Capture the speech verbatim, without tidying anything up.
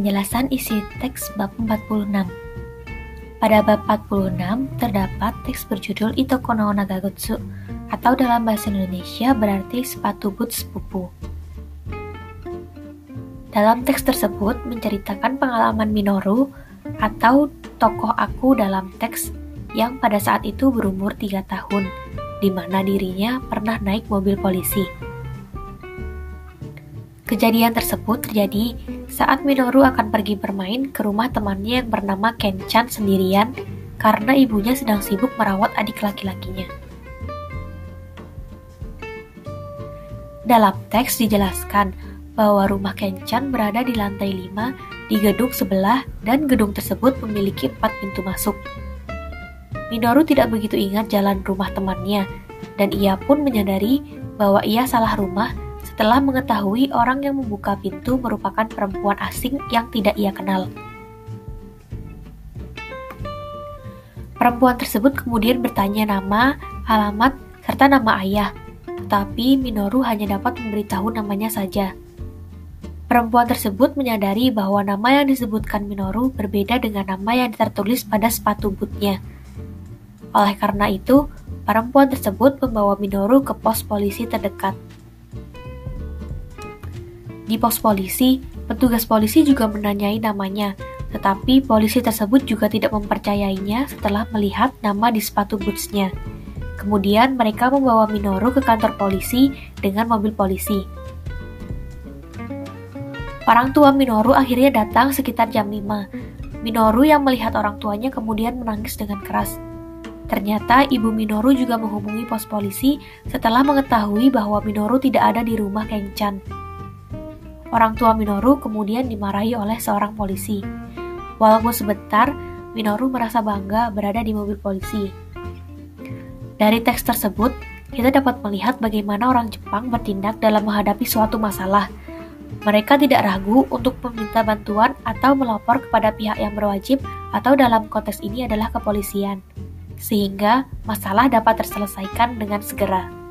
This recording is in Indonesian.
Penjelasan isi teks bab empat puluh enam. Pada bab empat puluh enam terdapat teks berjudul Itoko no Nagagutsu, atau dalam bahasa Indonesia berarti sepatu boot sepupu. Dalam teks tersebut menceritakan pengalaman Minoru atau tokoh aku dalam teks yang pada saat itu berumur tiga tahun, di mana dirinya pernah naik mobil polisi. Kejadian tersebut terjadi saat Minoru akan pergi bermain ke rumah temannya yang bernama Ken-chan sendirian karena ibunya sedang sibuk merawat adik laki-lakinya. Dalam teks dijelaskan bahwa rumah Ken-chan berada di lantai lima di gedung sebelah dan gedung tersebut memiliki empat pintu masuk. Minoru tidak begitu ingat jalan rumah temannya dan ia pun menyadari bahwa ia salah rumah setelah mengetahui orang yang membuka pintu merupakan perempuan asing yang tidak ia kenal. Perempuan tersebut kemudian bertanya nama, alamat, serta nama ayah, tetapi Minoru hanya dapat memberitahu namanya saja. Perempuan tersebut menyadari bahwa nama yang disebutkan Minoru berbeda dengan nama yang tertulis pada sepatu bootnya. Oleh karena itu, perempuan tersebut membawa Minoru ke pos polisi terdekat. Di pos polisi, petugas polisi juga menanyai namanya, tetapi polisi tersebut juga tidak mempercayainya setelah melihat nama di sepatu bootsnya. Kemudian mereka membawa Minoru ke kantor polisi dengan mobil polisi. Orang tua Minoru akhirnya datang sekitar jam lima. Minoru yang melihat orang tuanya kemudian menangis dengan keras. Ternyata ibu Minoru juga menghubungi pos polisi setelah mengetahui bahwa Minoru tidak ada di rumah Ken-chan. Orang tua Minoru kemudian dimarahi oleh seorang polisi. Walaupun sebentar, Minoru merasa bangga berada di mobil polisi. Dari teks tersebut, kita dapat melihat bagaimana orang Jepang bertindak dalam menghadapi suatu masalah. Mereka tidak ragu untuk meminta bantuan atau melapor kepada pihak yang berwajib atau dalam konteks ini adalah kepolisian, sehingga masalah dapat terselesaikan dengan segera.